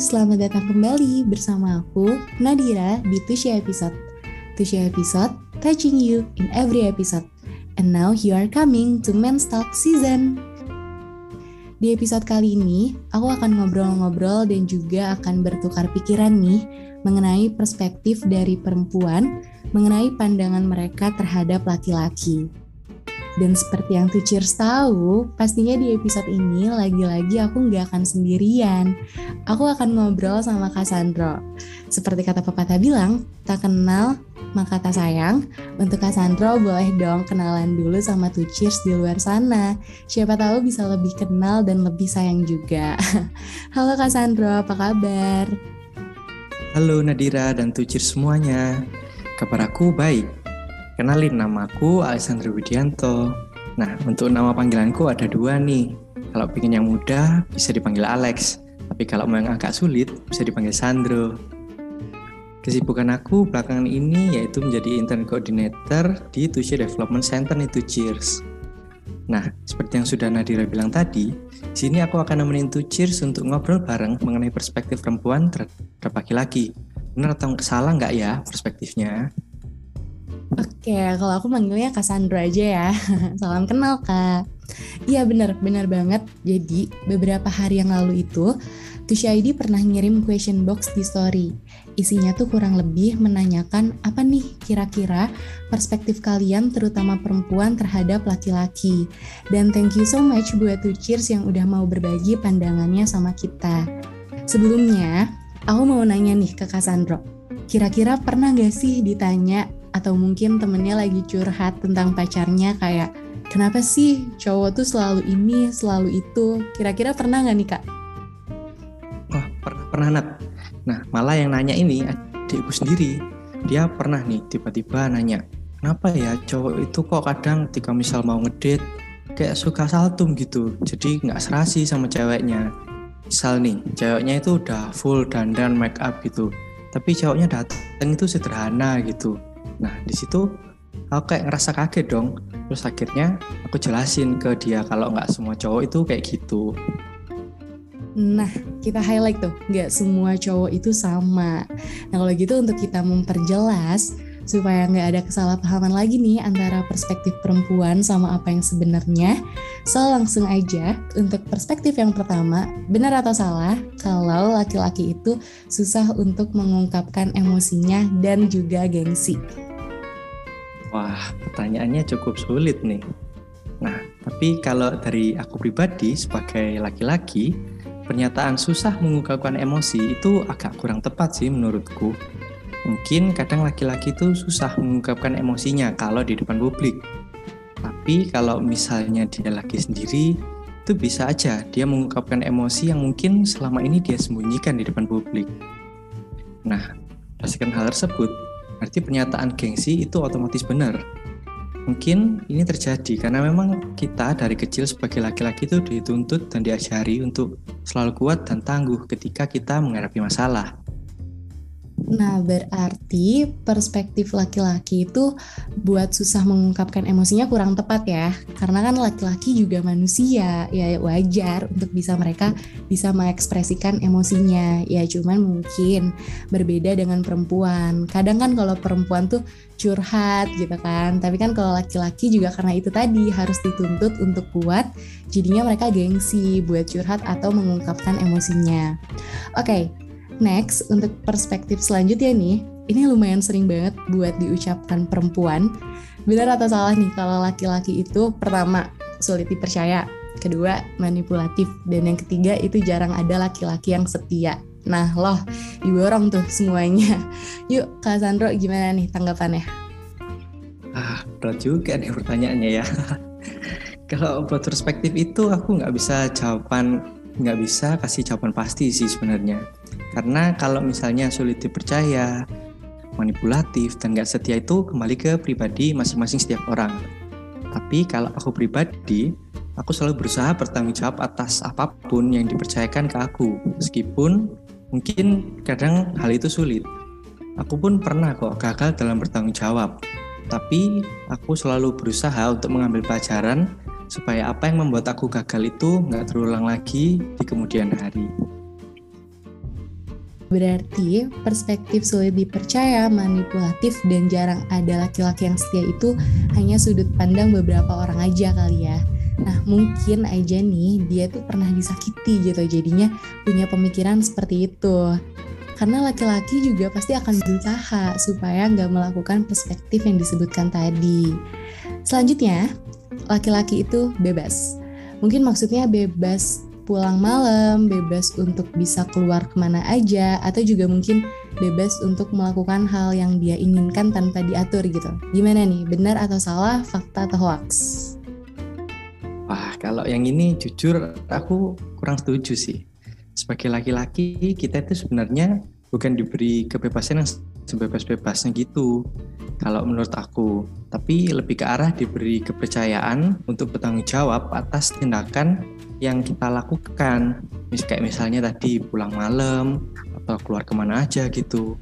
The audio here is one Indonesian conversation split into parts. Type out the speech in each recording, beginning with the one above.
selamat datang kembali bersama aku, Nadira, di Tushy Episode. Tushy Episode, touching you in every episode. And now you are coming to Men's Talk Season. Di episode kali ini, aku akan ngobrol-ngobrol dan juga akan bertukar pikiran nih mengenai perspektif dari perempuan, mengenai pandangan mereka terhadap laki-laki. Dan seperti yang Tuchers tahu, pastinya di episode ini lagi-lagi aku nggak akan sendirian. Aku akan ngobrol sama Cassandro. Seperti kata pepatah bilang, tak kenal maka tak sayang. Untuk Cassandro boleh dong kenalan dulu sama Tuchers di luar sana. Siapa tahu bisa lebih kenal dan lebih sayang juga. Halo Cassandro, apa kabar? Halo Nadira dan Tuchers semuanya. Kabar aku baik. Kenalin, namaku Alessandro Widianto. Nah, untuk nama panggilanku ada dua nih. Kalau pengen yang mudah, bisa dipanggil Alex. Tapi kalau mau yang agak sulit, bisa dipanggil Sandro. Kesibukan aku belakangan ini yaitu menjadi intern coordinator di Tushy Development Center nih Tuchers. Nah, seperti yang sudah Nadira bilang tadi, di sini aku akan nemenin Tuchers untuk ngobrol bareng mengenai perspektif perempuan terhadap laki-laki. Benar atau salah nggak ya perspektifnya? Oke, kalau aku manggilnya Cassandra aja ya. Salam kenal, Kak. Iya benar banget. Jadi, beberapa hari yang lalu itu, Tushy ID pernah ngirim question box di story. Isinya tuh kurang lebih menanyakan apa nih kira-kira perspektif kalian terutama perempuan terhadap laki-laki. Dan thank you so much buat Tuchers yang udah mau berbagi pandangannya sama kita. Sebelumnya, aku mau nanya nih ke Cassandra. Kira-kira pernah gak sih ditanya atau mungkin temennya lagi curhat tentang pacarnya kayak kenapa sih cowok tuh selalu ini, selalu itu? Kira-kira pernah gak nih Kak? Wah, pernah Nat. Nah, malah yang nanya ini adikku sendiri. Dia pernah nih tiba-tiba nanya, kenapa ya cowok itu kok kadang ketika misal mau ngedate kayak suka saltum gitu, jadi gak serasi sama ceweknya. Misal nih, ceweknya itu udah full dandan make up gitu, tapi cowoknya datang itu sederhana gitu. Nah, di situ aku kayak ngerasa kaget dong. Terus akhirnya aku jelasin ke dia kalau nggak semua cowok itu kayak gitu. Nah, kita highlight tuh, nggak semua cowok itu sama. Nah, kalau gitu untuk kita memperjelas, supaya nggak ada kesalahpahaman lagi nih antara perspektif perempuan sama apa yang sebenarnya, so langsung aja untuk perspektif yang pertama, benar atau salah kalau laki-laki itu susah untuk mengungkapkan emosinya dan juga gengsi? Wah, pertanyaannya cukup sulit nih. Nah, tapi kalau dari aku pribadi sebagai laki-laki, pernyataan susah mengungkapkan emosi itu agak kurang tepat sih menurutku. Mungkin kadang laki-laki itu susah mengungkapkan emosinya kalau di depan publik. Tapi kalau misalnya dia lagi sendiri, itu bisa aja dia mengungkapkan emosi yang mungkin selama ini dia sembunyikan di depan publik. Nah, berdasarkan hal tersebut, berarti pernyataan gengsi itu otomatis benar. Mungkin ini terjadi karena memang kita dari kecil sebagai laki-laki itu dituntut dan diajari untuk selalu kuat dan tangguh ketika kita menghadapi masalah. Nah, berarti perspektif laki-laki itu buat susah mengungkapkan emosinya kurang tepat ya. Karena kan laki-laki juga manusia, ya wajar untuk mereka bisa mengekspresikan emosinya. Ya cuman mungkin berbeda dengan perempuan. Kadang kan kalau perempuan tuh curhat gitu kan. Tapi kan kalau laki-laki juga karena itu tadi harus dituntut untuk kuat, jadinya mereka gengsi buat curhat atau mengungkapkan emosinya. Oke. Next, untuk perspektif selanjutnya nih, ini lumayan sering banget buat diucapkan perempuan. Benar atau salah nih kalau laki-laki itu pertama sulit dipercaya, kedua manipulatif, dan yang ketiga itu jarang ada laki-laki yang setia. Nah loh, diborong tuh semuanya. Yuk Kak Sandro gimana nih tanggapannya? Berat juga nih pertanyaannya ya. Kalau buat perspektif itu aku nggak bisa kasih jawaban pasti sih sebenarnya. Karena kalau misalnya sulit dipercaya, manipulatif, dan gak setia itu kembali ke pribadi masing-masing setiap orang. Tapi kalau aku pribadi, aku selalu berusaha bertanggung jawab atas apapun yang dipercayakan ke aku. Meskipun mungkin kadang hal itu sulit. Aku pun pernah kok gagal dalam bertanggung jawab. Tapi aku selalu berusaha untuk mengambil pelajaran supaya apa yang membuat aku gagal itu gak terulang lagi di kemudian hari. Berarti perspektif sulit dipercaya, manipulatif, dan jarang ada laki-laki yang setia itu hanya sudut pandang beberapa orang aja kali ya. Nah mungkin aja nih dia tuh pernah disakiti gitu, jadinya punya pemikiran seperti itu. Karena laki-laki juga pasti akan berusaha supaya nggak melakukan perspektif yang disebutkan tadi. Selanjutnya, laki-laki itu bebas. Mungkin maksudnya bebas pulang malam, bebas untuk bisa keluar kemana aja, atau juga mungkin bebas untuk melakukan hal yang dia inginkan tanpa diatur gitu. Gimana nih, benar atau salah, fakta atau hoax? Wah, kalau yang ini jujur aku kurang setuju sih. Sebagai laki-laki, kita itu sebenarnya bukan diberi kebebasan yang sebebas-bebasnya gitu. Kalau menurut aku, tapi lebih ke arah diberi kepercayaan untuk bertanggung jawab atas tindakan yang kita lakukan. Kayak misalnya tadi pulang malam atau keluar kemana aja gitu.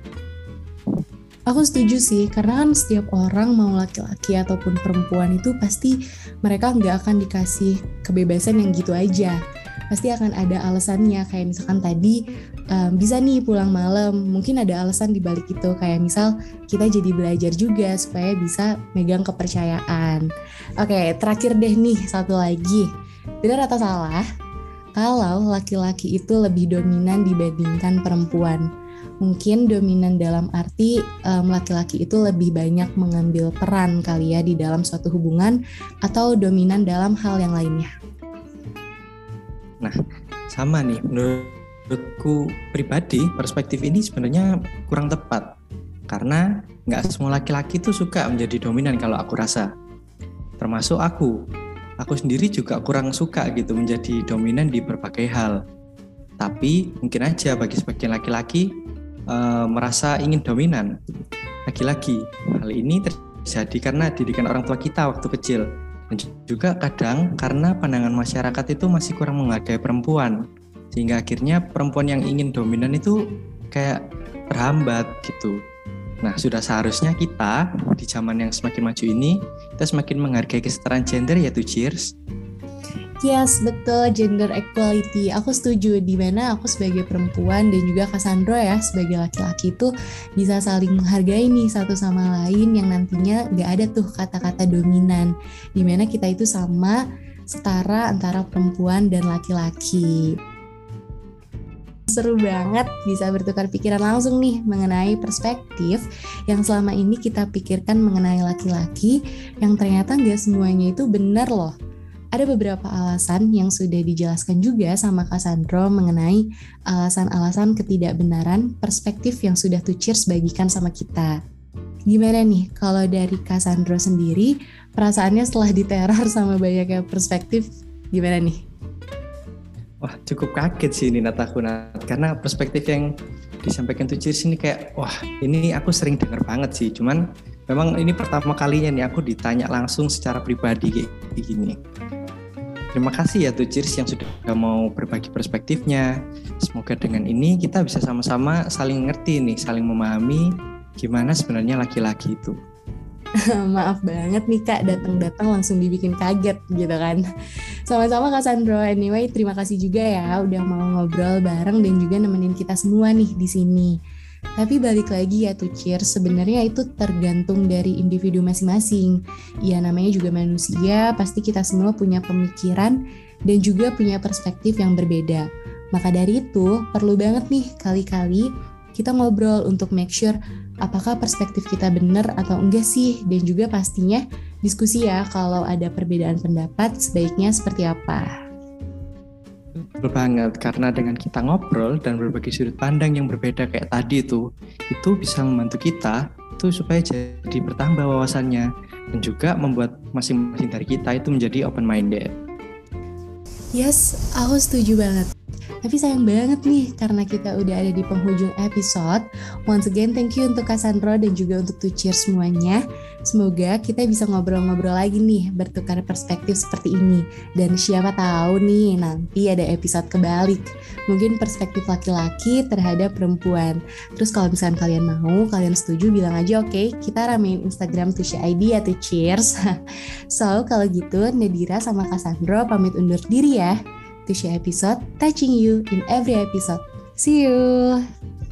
Aku setuju sih, karena kan setiap orang mau laki-laki ataupun perempuan itu pasti mereka nggak akan dikasih kebebasan yang gitu aja. Pasti akan ada alasannya, kayak misalkan tadi bisa nih pulang malam, mungkin ada alasan di balik itu, kayak misal kita jadi belajar juga supaya bisa megang kepercayaan. Oke, terakhir deh nih, satu lagi. Benar atau salah? Kalau laki-laki itu lebih dominan dibandingkan perempuan. Mungkin dominan dalam arti laki-laki itu lebih banyak mengambil peran kali ya di dalam suatu hubungan, atau dominan dalam hal yang lainnya. Nah, sama nih, menurutku pribadi perspektif ini sebenarnya kurang tepat. Karena nggak semua laki-laki itu suka menjadi dominan kalau aku rasa. Termasuk aku. Aku sendiri juga kurang suka gitu menjadi dominan di berbagai hal. Tapi mungkin aja bagi sebagian laki-laki merasa ingin dominan. Lagi-lagi, hal ini terjadi karena didikan orang tua kita waktu kecil. Dan juga kadang karena pandangan masyarakat itu masih kurang menghargai perempuan. Sehingga akhirnya perempuan yang ingin dominan itu kayak terhambat gitu. Nah, sudah seharusnya kita di zaman yang semakin maju ini, kita semakin menghargai kesetaraan gender, yaitu cheers. Yes, betul, gender equality. Aku setuju, di mana aku sebagai perempuan dan juga Cassandro ya sebagai laki-laki itu bisa saling menghargai nih satu sama lain, yang nantinya gak ada tuh kata-kata dominan, di mana kita itu sama, setara antara perempuan dan laki-laki. Seru banget bisa bertukar pikiran langsung nih mengenai perspektif yang selama ini kita pikirkan mengenai laki-laki, yang ternyata gak semuanya itu benar loh. Ada beberapa alasan yang sudah dijelaskan juga sama Cassandro mengenai alasan-alasan ketidakbenaran perspektif yang sudah Cheers bagikan sama kita. Gimana nih kalau dari Cassandro sendiri, perasaannya setelah diteror sama banyaknya perspektif, gimana nih? Wah, cukup kaget sih ini Nataku, karena perspektif yang disampaikan Cheers ini kayak, wah ini aku sering dengar banget sih, cuman memang ini pertama kalinya nih aku ditanya langsung secara pribadi kayak gini. Terima kasih ya Cheers yang sudah mau berbagi perspektifnya. Semoga dengan ini kita bisa sama-sama saling ngerti nih, saling memahami gimana sebenarnya laki-laki itu. Maaf banget nih Kak, datang-datang langsung dibikin kaget gitu kan. Sama-sama Cassandro. Anyway, terima kasih juga ya udah mau ngobrol bareng dan juga nemenin kita semua nih di sini. Tapi balik lagi ya Cheers, sebenarnya itu tergantung dari individu masing-masing. Ya namanya juga manusia, pasti kita semua punya pemikiran dan juga punya perspektif yang berbeda. Maka dari itu perlu banget nih kali-kali kita ngobrol untuk make sure apakah perspektif kita benar atau enggak sih. Dan juga pastinya diskusi ya, kalau ada perbedaan pendapat sebaiknya seperti apa. Betul banget, karena dengan kita ngobrol dan berbagi sudut pandang yang berbeda kayak tadi itu bisa membantu kita itu supaya jadi bertambah wawasannya dan juga membuat masing-masing dari kita itu menjadi open minded. Yes, aku setuju banget. Tapi sayang banget nih karena kita udah ada di penghujung episode. Once again thank you untuk Cassandro dan juga untuk Cheers semuanya. Semoga kita bisa ngobrol-ngobrol lagi nih, bertukar perspektif seperti ini. Dan siapa tahu nih nanti ada episode kebalik. Mungkin perspektif laki-laki terhadap perempuan. Terus kalau misalkan kalian mau, kalian setuju, bilang aja oke, kita ramein Instagram @ID ya Cheers. So kalau gitu Nadira sama Cassandro pamit undur diri ya. To share episode, touching you in every episode. See you.